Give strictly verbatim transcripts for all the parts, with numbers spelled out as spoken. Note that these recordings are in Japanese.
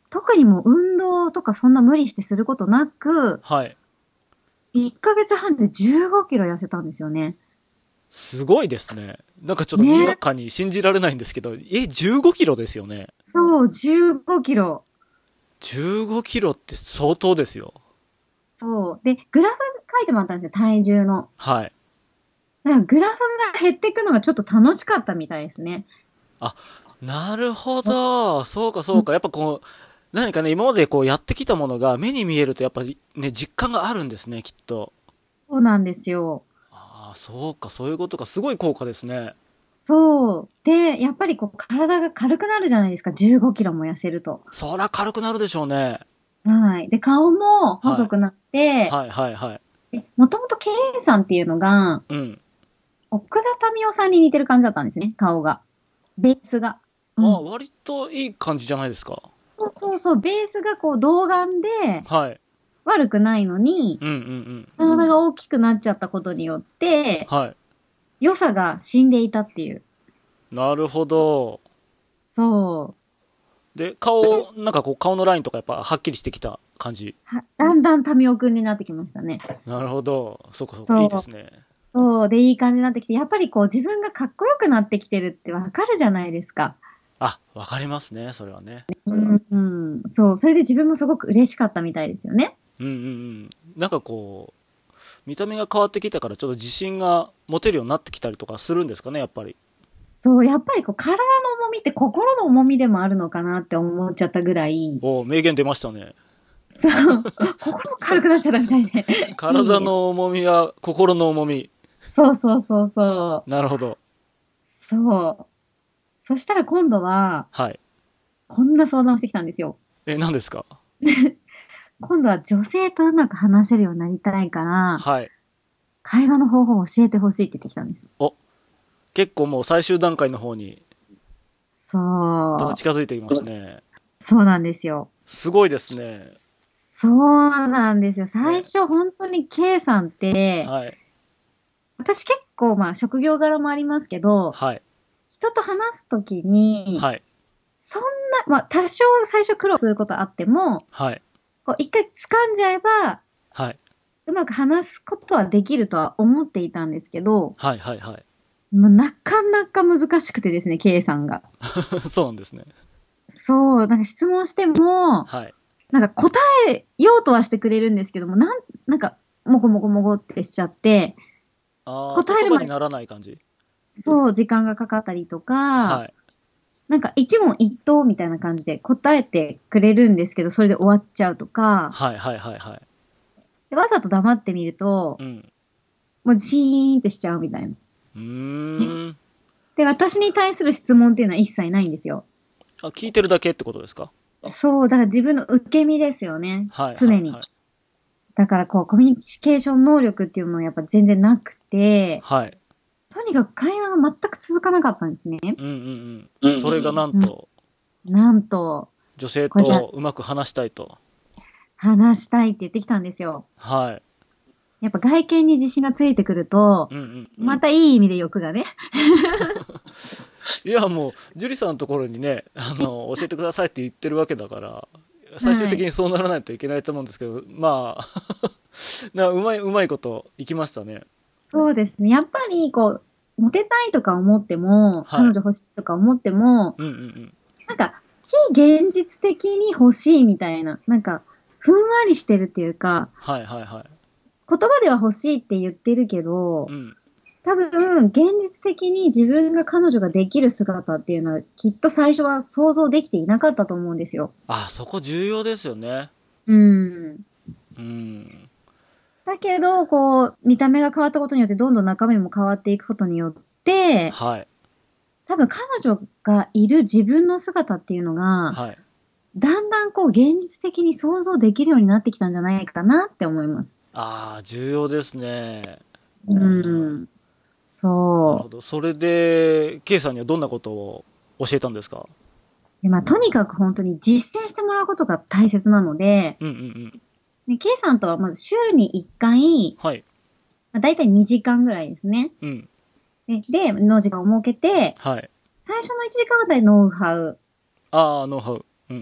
特にもう運動とかそんな無理してすることなく、 はい。 いっかげつはんでじゅうごキロ痩せたんですよね。 すごいですね。なんかちょっとにわね。 かに信じられないんですけど、え、じゅうごキロですよね。 そう、じゅうごキロ。 じゅうごキロって相当ですよ。 そう。で、グラフ書いてもらったんですよ、体重の。 はい。 だからグラフが減っていくのがちょっと楽しかったみたいですね。 あ、なるほど。そうかそうか。やっぱこう、何かね、今までこうやってきたものが目に見えるとやっぱりね、実感があるんですね、きっと。 そうなんですよ。 ああ、そうか、そういうことか。すごい効果ですね。 そう。で、やっぱりこう体が軽くなるじゃないですか、じゅうごキロも痩せると。 そら軽くなるでしょうね。 はい。で、顔もはい。 細くなって、 はいはいはい。 もともと K さんっていうのが、 うん。 奥田民生さんに似てる感じだったんですね、顔が。ベースが。うああ、 ん。 割といい感じじゃないですか。 そうそうそう、ベースがこう童顔ではい。 悪くないのに、 うんうんうん。 体が大きくなっちゃったことによって、 はい。 良さが死んでいたっていう。 なるほど。 そう。 で、顔、なんかこう顔のラインとかやっぱはっきりしてきた感じ。 は、だんだん民生くんになってきましたね。 なるほど。そうかそうか。いいでそう。 すね。 そう。で、いい感じになってきて、やっぱりこう自分がかっこよくなってきてるってわかるじゃないですか。 あ、わかりますね。それはね。 うん、うん。そう。それで自分もすごく嬉しかったみたいですよね。 うんうんうん。なんかこう、見た目が変わってきたからちょっと自信が持てるようになってきたりとかするんですかね、やっぱり。 そう。やっぱりこう体の重みって心の重みでもあるのかなって思っちゃったぐらい、 お、名言出ましたね。 そう。心軽くなっちゃったみたいで。いいね。 体の重みは心の重み。 そうそうそうそう。 なるほど。 そう。そしたら今度は、 はい。 こんな相談をしてきたんですよ。 え、何ですか？ 今度は女性とうまく話せるようになりたいから、 はい。 会話の方法を教えてほしいって言ってきたんですよ。 お、結構もう最終段階の方にだんだんそう。 近づいていますね。 そうなんですよ。 すごいですね。 そうなんですよ。最え、 初本当に K さんって、 はい。 私結構まあ職業柄もありますけど、 はい。 人と話すときに、 はい。 そんな、まあ多少最初苦労することあっても、 はい。 こう一回掴んじゃえば、 はい。 うまく話すことはできるとは思っていたんですけど、 はい。はい。はい。 もうなかなか難しくてですね、K さんが。 そうなんですね。 そう、なんか質問しても、 はい。 なんか答えようとはしてくれるんですけども、なん、なんか、もごもごもごってしちゃって、 ああ、 答えるまで、 言葉にならない感じ。 そう、時間がかかったりとか、 はい。 なんか一問一答みたいな感じで答えてくれるんですけど、それで終わっちゃうとか、 はい。はい。はい。はい。 でわざと黙ってみると、 うん。 もうジーンってしちゃうみたいな。 うーん。 で、私に対する質問っていうのは一切ないんですよ。 あ、聞いてるだけってことですか？ そう、だから自分の受け身ですよね。 はい。はい。 常に。 はい。 だからこう、コミュニケーション能力っていうのはやっぱ全然なくて、 はい。 とにかく会話が全く続かなかったんですね。 うんうんうん。それがなんうん、 と、 なんと、 女性これじゃとうまく話したいと。 話したいって言ってきたんですよ。 はい。 やっぱ外見に自信がついてくると、 うんうん。 またいい意味で欲がね。 いや、もう、樹里さんのところにね、あの、教えてくださいって言ってるわけだから、最終はい。 的にそうならないといけないと思うんですけど、まあ、なうまい、うまいこといきましたね。 そうですね。やっぱり、こう、モテたいとか思っても、 はい。 彼女欲しいとか思っても、 うんうんうん。 なんか、非現実的に欲しいみたいな、なんか、ふんわりしてるっていうか、 はいはいはい。 言葉では欲しいって言ってるけど、 うん。 多分、現実的に自分が彼女ができる姿っていうのは、きっと最初は想像できていなかったと思うんですよ。 あ、そこ重要ですよね。 うん。 うん。 だけど、こう、見た目が変わったことによって、どんどん中身も変わっていくことによって、 はい。 多分彼女がいる自分の姿っていうのが、 はい。 だんだんこう、現実的に想像できるようになってきたんじゃないかなって思います。 ああ、重要ですね。 うん。そなるほど。それで、K さんにはどんなことを教えたんですか？ う。で、まあ、とにかく本当に実践してもらうことが大切なので、 うんうんうん。 ね、K さんとはまず週にいっかい、 はい。 まあ、だいたいにじかんぐらいですね。 うん。 で、での時間を設けて、 はい。 最初のいちじかんあたりノウハウ、 ああ、ノウハウ。うん。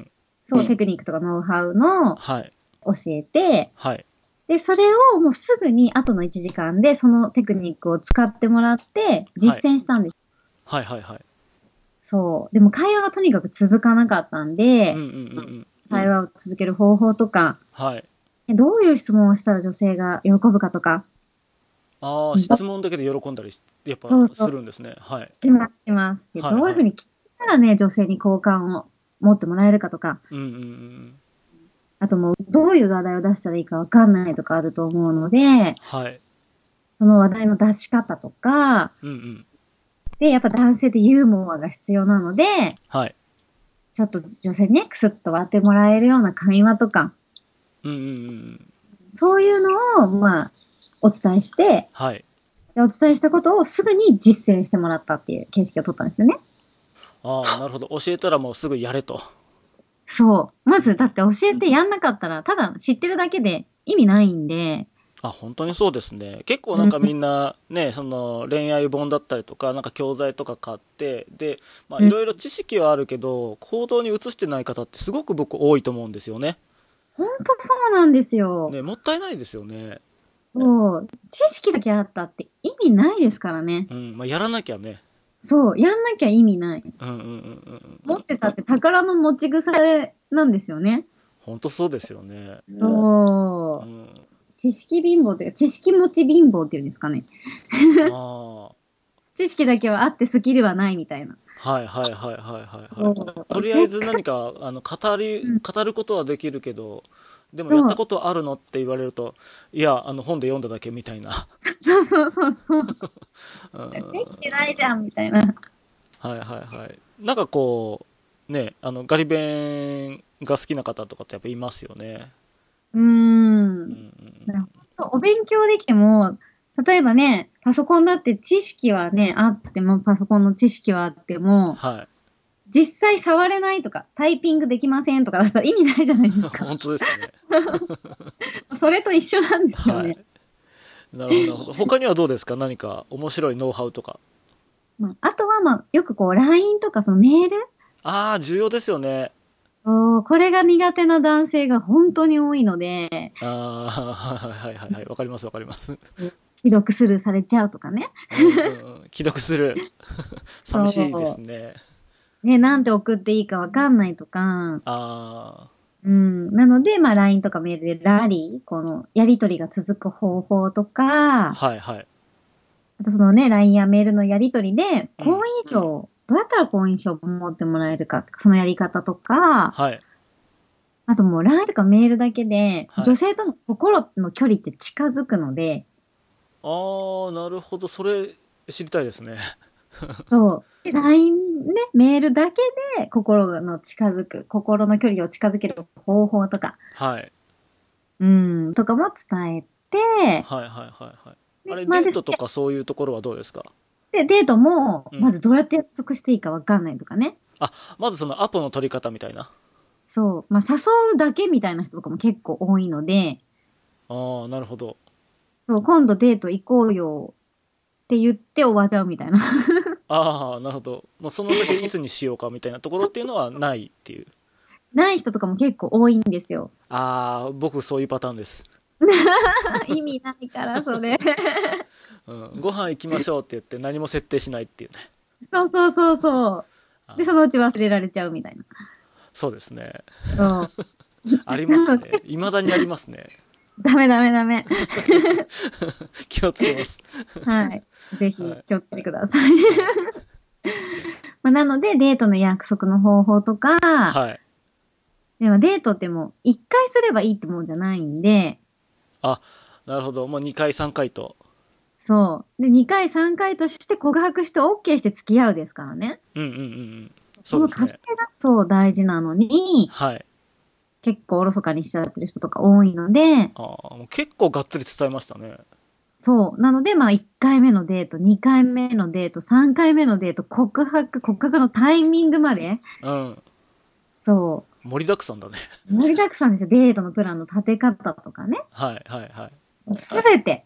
そう、 うんテクニックとかノウハウのはい。 教えて、 はい。 で、それをもうすぐに後のいちじかんでそのテクニックを使ってもらって実践したんです。 はいはいはい。 そう。でも会話がとにかく続かなかったんうんで、 うんうんうん。 会話を続ける方法とか、 はい。 どういう質問をしたら女性が喜ぶかとか、 ああ、 うん質問だけで喜んだりしやっぱそうそうするんですね。はい。 します、します。ではいどういうふうに聞いたらね、女性に好感を持ってもらえるかとか、 うんうんうん。 あともうどういう話題を出したらいいかわかんないとかあると思うので、 はい。 その話題の出し方とか、 うんうん。 で、やっぱ男性ってユーモアが必要なので、 はい。 ちょっと女性にね、クスッと割ってもらえるような会話とか、 うんうんうんうん。 そういうのを、まあ、お伝えして、 はい。 でお伝えしたことをすぐに実践してもらったっていう形式を取ったんですよね。 ああ、なるほど。教えたらもうすぐやれと。 そう。まず、だって教えてやんなかったら、ただ知ってるだけで意味ないんで、 あ、本当にそうですね。結構なんかみんなね、その恋愛本だったりとか、なんか教材とか買って、で、まあうんいろいろ知識はあるけど、行動に移してない方ってすごく僕多いと思うんですよね。 ほんとそうなんですよ。 ね、もったいないですよね。 そう。知識だけあったって意味ないですからね。 うん、まあやらなきゃね。 そう。やんなきゃ意味ない。 うんうんうんうんうん。 持ってたって宝の持ち腐れなんですよね。 本当そうですよね。 そうう。 ん。 知識貧乏っていうか、知識持ち貧乏っていうんですかね。 あ知識だけはあってスキルはないみたいな。 あ、はいはいはいはいはいそはい。 うとりあえず何かあの語りうん語ることはできるけど、でもそうやったことあるのって言われると、いやあの本で読んだだけみたいな。 そうそうそうそう。 うんできてないじゃんみたいな。 はいはいはい。なんかこうね、あのガリ勉が好きな方とかってやっぱいますよね。 うー。 うんんお勉強できても、例えばね、パソコンだって知識はね、あっても、パソコンの知識はあっても、 はい。 実際触れないとか、タイピングできませんとかだったら意味ないじゃないですか。 本当ですね。 それと一緒なんですよはね。 い。なるほどなるほど。他にはどうですか？何か面白いノウハウとか。 まあ、あとは、まあ、よくこう、ライン とかそのメールああ、重要ですよね。 そうこれが苦手な男性が本当に多いので、 ああ、はいはいはいはい。わかりますわかります。うん既読スルーされちゃうとかね。 うんうん。既読する。寂しいですね。 ね、なんて送っていいかわかんないとか、 あうん。なので、まあ、ライン とかメールでラリー、この、やりとりが続く方法とあ、 か、 はいはい。 あとそのね、ライン やメールのやりとりで、 うん好印象、どうやったら好印象を持ってもらえるか、そのやり方とか、 はい。 あともう ライン とかメールだけで、 はい女性との心の距離って近づくので、 ああ、なるほど。それ知りたいですね。 そう。で ライン ね、メールだけで心の近づく、心の距離を近づける方法とか、 はい。 うん、とかも伝えて、 はいはいはいはい。あれ、 でまあデートとかそういうところはどうですか？ で、デートも、 うんまずどうやって約束していいかわかんないとかね。 あ、まずそのアポの取り方みたいな。 そう。まあ、誘うだけみたいな人とかも結構多いので、 ああ、なるほど。 そう、今度デート行こうよって言って終わっちゃうみたいな。 ああ、なるほど。もうその先いつにしようかみたいなところっていうのはないっていう。 ない人とかも結構多いんですよ。 ああ、僕そういうパターンです。 意味ないから、それ。 うん、ご飯行きましょうって言って何も設定しないっていうね。 そうそうそうそう。で、そのうち忘れられちゃうみたいな。 そうですね。 そう。 ありますね。未だにありますね。 ダメダメダメ。 気をつけます。 はい。ぜひはい気をつけてください。まあなので、デートの約束の方法とか、 はい。 でもデートってもう一回すればいいってもんじゃないんで、 あ、なるほど。もうにかいさんかいと。 そう。で、にかいさんかいとして告白して OK して付き合うですからね。 うんうんうんうん。 そそうですねの過程。がそう大事なのに、 はい。 結構おろそかにしちゃってる人とか多いので、 ああ、もう結構がっつり伝えましたね。 そう。なので、まあ、いっかいめのデート、にかいめのデート、さんかいめのデート、告白、告白のタイミングまで、 うん。 そ盛りだくさんだね。 う。盛りだくさんですよ。デートのプランの立て方とかね。 はいはいはい。 すべて。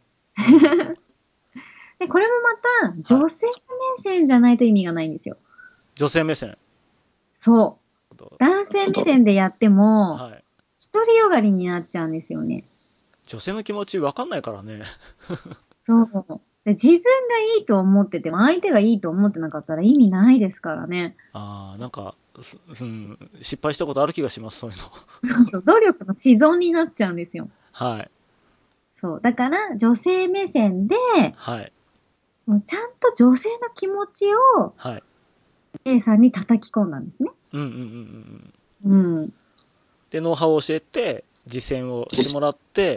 で、これもまた、女性目線じゃないと意味がないんですよ。 女性目線。 そ男性目線でやっても、 はい。 独りよがりになっちゃうんですよね。 女性の気持ち分かんないからね。 そう。で自分がいいと思ってても、相手がいいと思ってなかったら意味ないですからね。 ああ、なんか、すうん、失敗したことある気がします、そういうの。 努力の自存になっちゃうんですよ。 はい。 そう。だから、女性目線で、 はい。 もうちゃんと女性の気持ちを、 はい。 A さんに叩き込んだんですね。 うんうんうんうん。 うん。 で、ノウハウを教えて、実践をしてもらって、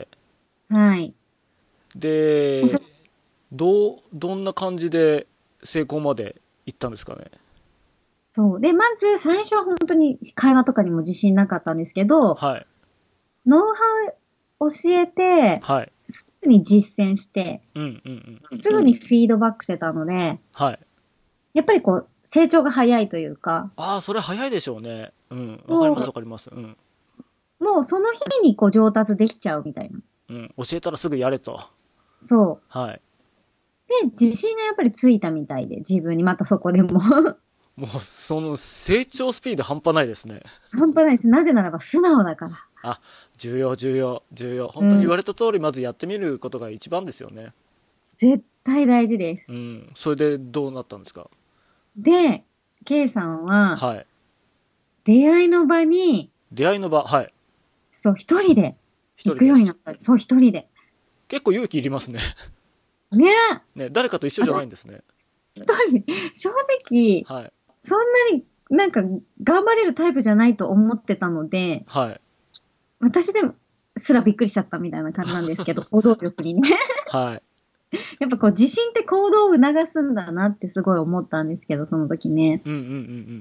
はい。 で、どう、どんな感じで成功まで行ったんですかね。 そう。で、まず最初は本当に会話とかにも自信なかったんですけど、 はい。 ノウハウ教えて、 はい。 すぐに実践して、 うんうんうん。 すぐにフィードバックしてたので、 はい。 やっぱりこう、成長が早いというか、 ああ、それ早いでしょうね。うん。わかりそうますわかります。うん。 もうその日にこう上達できちゃうみたいな。 うん。教えたらすぐやれと。 そはい。 う。で、自信がやっぱりついたみたいで、自分にまたそこでも。 もう、その成長スピード半端ないですね。 半端ないです。なぜならば素直だから。 あ、重要、重要、重要。本当に言われた通り、まずやってみることが一番ですよね。 絶対大事です。 うん。それでどうなったんですか？ で、K さんは、 はい。 出会いの場に、 出会いの場、はい。 そう、一人で行一人で。 くようになった。そう、一人で。 結構勇気いりますね。 ねえ。 ね、誰かと一緒じゃないんですね。 一人、正直、 はい。 そんなになんか頑張れるタイプじゃないと思ってたので、 はい。 私ですらびっくりしちゃったみたいな感じなんですけど、行動力にね。 はい。 やっぱこう自信って行動を促すんだなってすごい思ったんですけど、その時ね。 うんうんうんうん。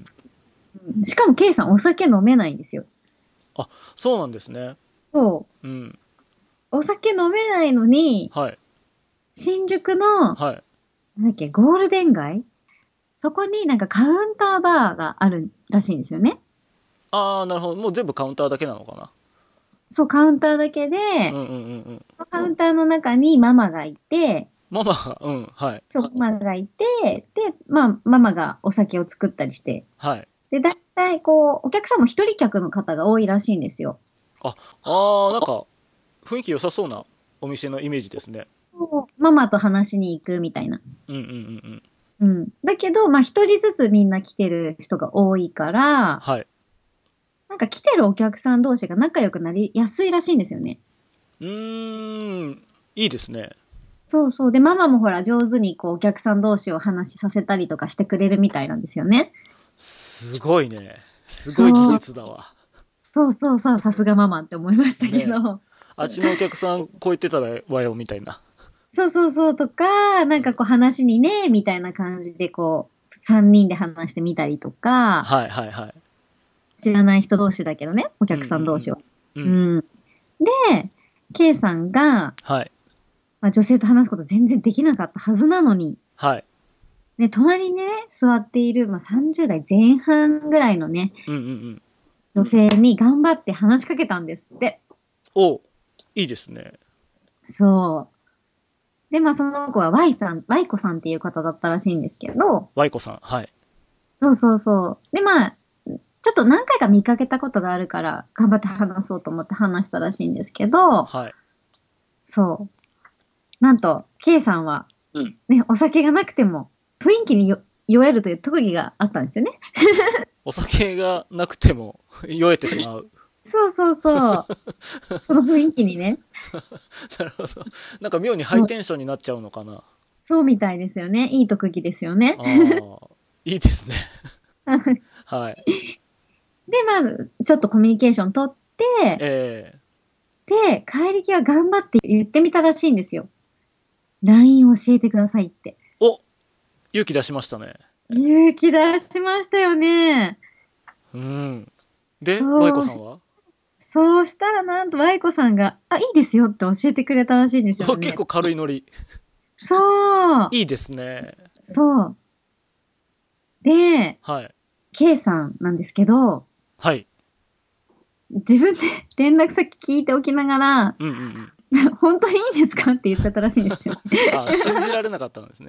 うんしかも K さんお酒飲めないんですよ。 あ、そうなんですね。 そうん。 う。お酒飲めないのに、 はい。 新宿の、 はい。 なんだっけ、ゴールデン街そこになんかカウンターバーがあるらしいんですよね。 ああ、なるほど。もう全部カウンターだけなのかな。 そう、カウンターだけで、 うんうんうんうん。 そのカウンターの中にママがいて、 ママが、うん、はい。 そう、ママがいて、で、まあ、ママがお酒を作ったりして、 はい。 で、だいたいこう、お客さんも一人客の方が多いらしいんですよ。 あ、ああ、なんか、雰囲気良さそうなお店のイメージですね。 そうママと話しに行くみたいな。 うんうんうんうん。 うん。だけど、まあ、一人ずつみんな来てる人が多いから、 はい。 なんか来てるお客さん同士が仲良くなりやすいらしいんですよね。 うーん、いいですね。 そうそう。で、ママもほら、上手にこう、お客さん同士を話しさせたりとかしてくれるみたいなんですよね。 すごいね。すごい技そう、 術だわ。 そうそうそう、さすがママって思いましたけねえ。 ど。 あっちのお客さん、こう言ってたわよ、みたいな。 そうそうそうとか、なんかこう話にね、みたいな感じでこう、三人で話してみたりとか、 はいはいはい。 知らない人同士だけどね、おうん客さん同士は。 うんうん。 ううん。 ん。で、K さんが、 はい。 まあ、女性と話すこと全然できなかったはずなのに、 はい。 ね、隣にね、座っている、まあ、さんじゅう代前半ぐらいのね、 うんうんうん。 女性に頑張って話しかけたんですって。 お、いいですね。 そう。で、まあ、その子は Y さん、Y 子さんっていう方だったらしいんですけど、 ワイコさん。はい。 そうそうそう。で、まあ、ちょっと何回か見かけたことがあるから、頑張って話そうと思って話したらしいんですけど、 はい。 そう。なんと、K さんは、 うん。 ね、お酒がなくても、雰囲気によ酔えるという特技があったんですよね。 お酒がなくても酔えてしまう。 そうそうそう。その雰囲気にね。 なるほど。なんか妙にハイテンションになっちゃうのかな。 そうみたいですよね。いい特技ですよね。 ああ、いいですね。はい。 で、まあ、ちょっとコミュニケーション取って、 えで、帰り際頑張って言ってみたらしいんですよ。ライン 教えてくださいって。 ー、お、勇気出しましたね。 勇気出しましたよね。 うん。で、 そうワイコさんは？ そうしたらなんと、ワイコさんが、あ、いいですよって教えてくれたらしいんですよね。 結構軽いノリ。 そう。 いいですね。 そう。で、 はい。 K さんなんですけど、 はい。 自分で連絡先聞いておきながら、 うんうんうん。 本当にいいんですかって言っちゃったらしいんですよ。 あ、信じられなかったんですね。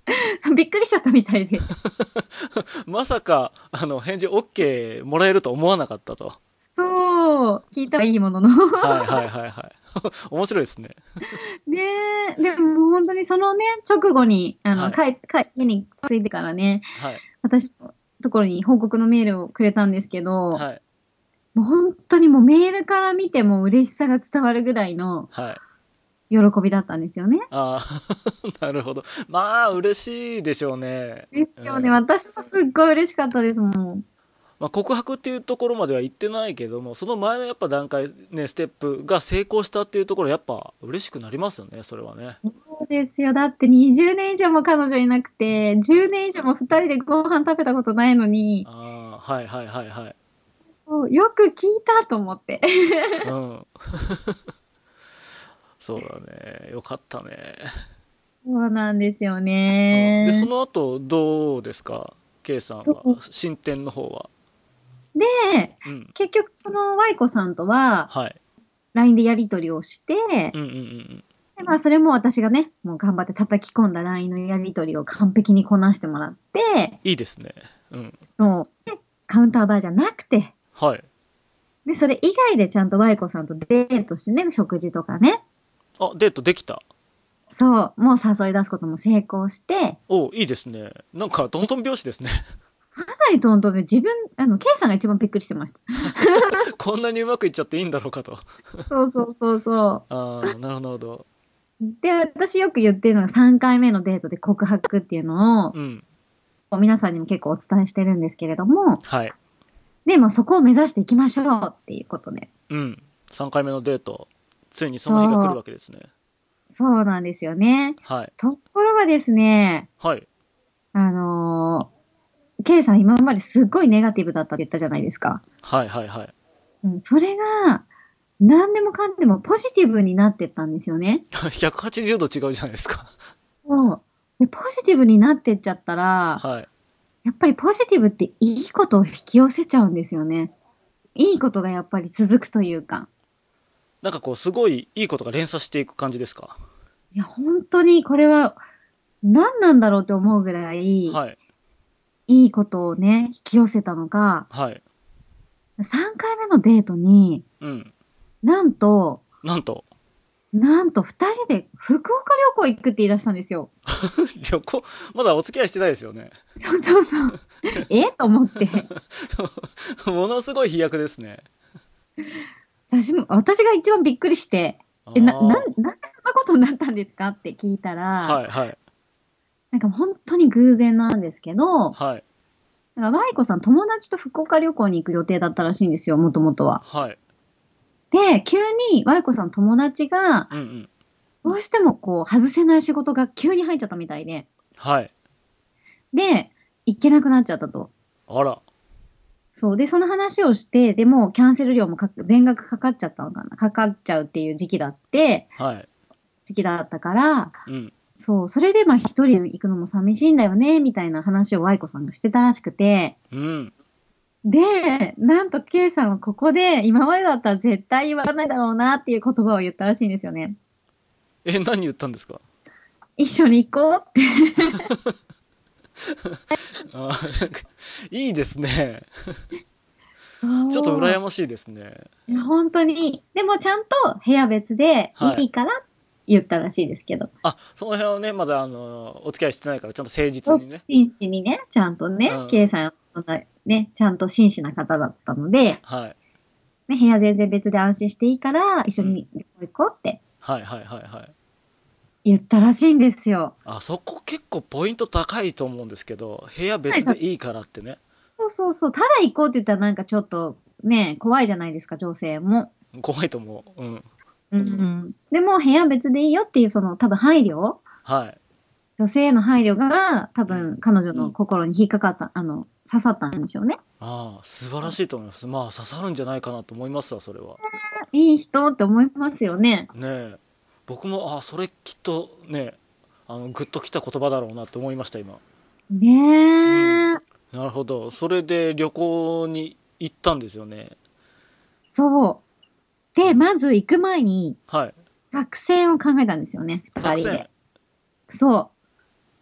びっくりしちゃったみたいで。 まさか、あの、返事 OK もらえると思わなかったと。 そう、聞いたらいいものの。 はいはいはいはい。面白いですね。 ねえ、でも本当にそのね、直後に、あの、 はい帰、帰、家に着いてからね、 はい。 私のところに報告のメールをくれたんですけど、 はい。 もう本当にもうメールから見ても嬉しさが伝わるぐらいのはい。 喜びだったんですよね。 ああ、なるほど。まあ、嬉しいでしょうね。 ですよね。 うん。 私もすっごい嬉しかったですもん。 まあ、告白っていうところまでは行ってないけども、その前のやっぱ段階、ね、ステップが成功したっていうところ、やっぱ嬉しくなりますよね、それはね。 そうですよ。だってにじゅうねん以上も彼女いなくて、じゅうねん以上もふたりでご飯食べたことないのに、 ああ、はいはいはいはい。 そうよく聞いたと思って。 うん。そうだね。よかったね。 そうなんですようん。で、そね。 の後、どうですか ?K さんは。 そう。 進展の方は。 で、 うん。 結局その Y 子さんとははい。 ライン でやり取りをして、 うんうんうんうん。 で、まあそれも私がね、もう頑張って叩き込んだ ライン のやり取りを完璧にこなしてもらって、 いいですね。うん。 そう。で、カウンターバーじゃなくて、 はい。 で、それ以外でちゃんと Y 子さんとデートしてね、食事とかね。 あ、デートできた。 そう、もう誘い出すことも成功して、 お、いいですね。なんか、トントン拍子ですね。 かなりトントンで自分、あの、K さんが一番びっくりしてました。 こんなにうまくいっちゃっていいんだろうかと。 そうそうそうそああ、なるほど。 う。で、私よく言ってるのがさんかいめのデートで告白っていうのを、 うん。 皆さんにも結構お伝えしてるんですけれども、 はい。 で、もそこを目指していきましょうっていうことで。 うん。さんかいめのデート。ついにその日が来るそう、 わけですね。 そうなんですよね。 はい。 ところがですね、 はい。 あのー、K さん今まですっごいネガティブだったって言ったじゃないですか。 はいはいはい。 うん、それが、何でもかんでもポジティブになってったんですよね。 ひゃくはちじゅうど違うじゃないですか。 そう。で、ポジティブになってっちゃったら、 はい。 やっぱりポジティブっていいことを引き寄せちゃうんですよね。いいことがやっぱり続くというか。 なんかこう、すごいいいことが連鎖していく感じですか。 いや、本当にこれは何なんだろうって思うぐらい、 はい。 いいことをね、引き寄せたのが、 はい。 さんかいめのデートに、 うん。 なんと、 なんと、 なんと二人で福岡旅行行くって言い出したんですよ。 旅行、まだお付き合いしてないですよね。 そうそうそう。えと思って。 ものすごい飛躍ですね。 私も、私が一番びっくりして、 あえ、な、なん、 あ。 なんでそんなことになったんですかって聞いたら、 はいはい。 なんか本当に偶然なんですけど、 はい。 なんか、ワイコさん友達と福岡旅行に行く予定だったらしいんですよ、もともとは。 はい。 で、急にワイコさん友達が、 うんうん。 どうしてもこう、外せない仕事が急に入っちゃったみたいで、 はい。 で、行けなくなっちゃったと。 あら。 そう。で、その話をして、でも、キャンセル料もか全額かかっちゃったのかな。かかっちゃうっていう時期だって、 はい。 時期だったから、 うん。 そう。それで、まあ、一人で行くのも寂しいんだよね、みたいな話をワイコさんがしてたらしくて、 うん。 で、なんと K さんはここで、今までだったら絶対言わないだろうなっていう言葉を言ったらしいんですよね。 え、何言ったんですか？ 一緒に行こうって。 あーなんかいいですね。 そちょっと羨う。 ましいですね。 いや本当に。でもちゃんと部屋別ではい。 いいから言ったらしいですけど。 あ、その辺はね、まだあの、お付き合いしてないから、ちゃんと誠実真にね。 摯にね、ちゃんとね、 うん。 K さん、そんなね、ちゃんと真摯な方だったので、 はい。 ね、部屋全然別で安心していいから、一緒うん。 に旅行行こうってはいはいはいはい。 言ったらしいんですよ。 あ、そこ結構ポイント高いと思うんですけど、部屋はい、 別でいいからってね。 そうそうそう、ただ行こうって言ったらなんかちょっとね、怖いじゃないですか、女性も。 怖いと思う。うん。 うんうん。でも部屋別でいいよっていうその多分配慮、 はい。 女性への配慮が多うん。 分彼女の心に引っかかった、あの、刺さったんでしょうね。 ああ、素晴らしいと思います。まあ、刺さるんじゃないかなと思いますわ、それは。 いい人って思いますよね。 ねえ。僕も、あ、それきっとね、あの、グッときた言葉だろうなと思いました、今。うん。 ねえ。 なるほど。それで旅行に行ったんですよね。 そう。で、 うん。 まず行く前にはい。 作戦を考えたんですよね、二作戦。 人で。そう。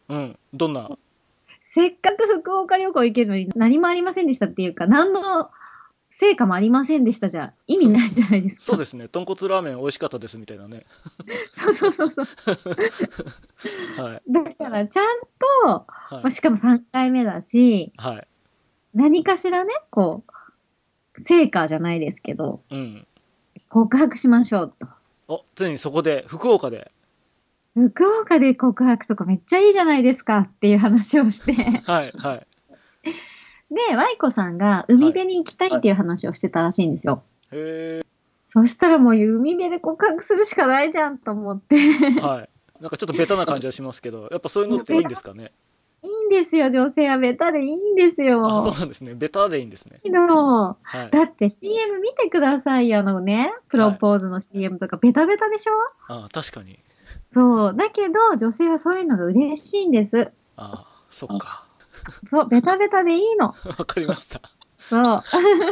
うん。どんな？ せっかく福岡旅行行けるのに何もありませんでしたっていうか、何の成果もありませんでしたじゃ意味ないじゃないですか。 そうですね。豚骨ラーメン美味しかったですみたいなね。 そうそうそうそう。 はい。 だからちゃんと、まあ、 はい。 しかもさんかいめだし、 はい。 何かしらね、こう、成果じゃないですけど、 うん。 告白しましょうと。 お、ついにそこで、福岡で。 福岡で告白とかめっちゃいいじゃないですかっていう話をして、 はい、はい。 で、ワイコさんが海はい。 辺に行きたいっていう話をしてたらしいんですよ。 へえ。 そしたらもう海辺で告白するしかないじゃんと思って。 はい。なんかちょっとベタな感じはしますけど、やっぱそういうのっていいんですかね。 いいんですよ、女性はベタでいいんですあ、そうよ。 なんですね。ベタでいいんですね。 いいの。 はい。 だって シーエム 見てくださいよ、あのね、プロはい。 ポーズの シーエム とかベタベタでしょ？ あ、確かに。 そう。だけど、女性はそういうのが嬉しいんです。 あ、そっか。 そう、ベタベタでいいの。 わかりました。 そう。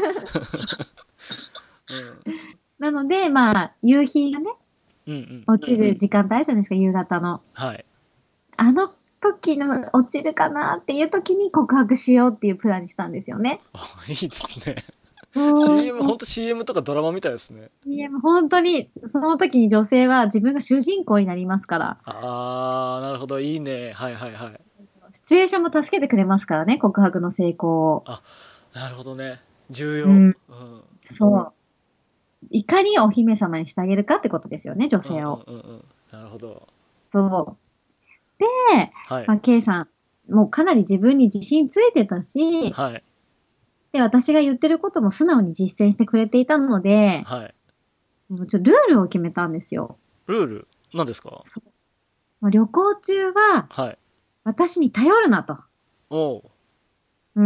うん。 なので、まあ、夕日がね、 うんうん。 落ちる時間帯じゃないですか、夕方の。 はい。 あの時の落ちるかなっていう時に告白しようっていうプランにしたんですよね。 あ、いいですね。 そシーエム、ほう。 んと シーエム とかドラマみたいですね。 シーエム 本当に、その時に女性は自分が主人公になりますから、 あー、なるほど。いいね。はいはいはい。 シチュエーションも助けてくれますからね、告白の成功を。 あ、なるほどね。重要。 うん。 うん。 そう。いかにお姫様にしてあげるかってことですよね、女うんうん性を。 うんうん。なるほど。 そう。で、 はい。 まあ、K さん、もうかなり自分に自信ついてたし、 はい。 で、私が言ってることも素直に実践してくれていたので、 はい。 もうちょっとルールを決めたんですよ。 ルール、何ですか？ そう。もう旅行中ははい。 私に頼るなと。 おう。 うん。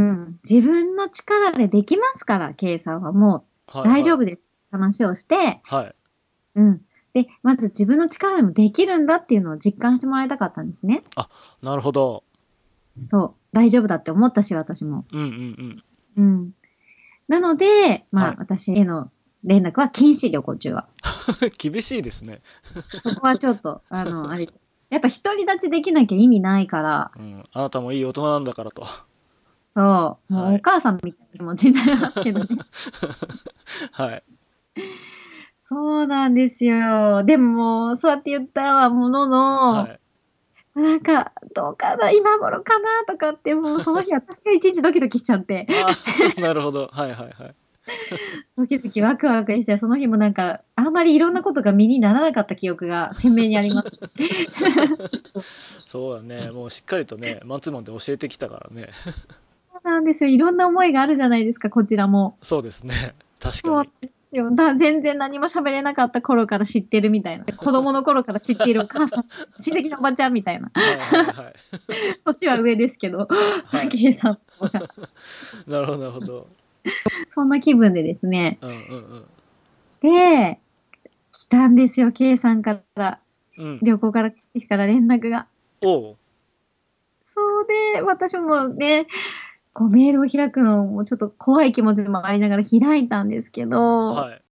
自分の力でできますから、K さんはもうはいはい。 大丈夫です。話をして、 はい。 うん。で、まず自分の力でもできるんだっていうのを実感してもらいたかったんですね。 あ、なるほど。 そう。大丈夫だって思ったし、私も。 うんうんうん。 うん。なので、まあ、 はい。 私への連絡は禁止、旅行中は。 厳しいですね。 そこはちょっと、あの、あれ、やっぱ独り立ちできなきゃ意味ないから、 うん。あなたもいい大人なんだからと。 そう、もうはい。 お母さんみたいな気持ちになりますけどね。 はい。 そうなんですよ。でももう、そうやって言ったはものの、 はい。 なんか、どうかな、今頃かなとかって、もうその日私がいちいちドキドキしちゃって、 ああ、なるほど。はいはいはい。 ドキドキワクワクして、その日もなんか、あんまりいろんなことが身にならなかった記憶が鮮明にあります。 そうだね。もうしっかりとね、マンツーマンで教えてきたからね。 そうなんですよ。いろんな思いがあるじゃないですか、こちらも。 そうですね。確かそうに。 ですよ。だ全然何も喋れなかった頃から知ってるみたいな。子供の頃から知っているお母さん、親戚のおばちゃんみたいな。 はいはいはい。 年は上ですけど、 はい。 計算とか。 なるほどなるほど。 そんな気分でですね。 うんうんで、来たんですよ、K さんから。 うん。うん。 旅行から来てから連絡が。 おう。 そうで、私もね、こうメールを開くのもちょっと怖い気持ちもありながら開いたんですけど、 はい。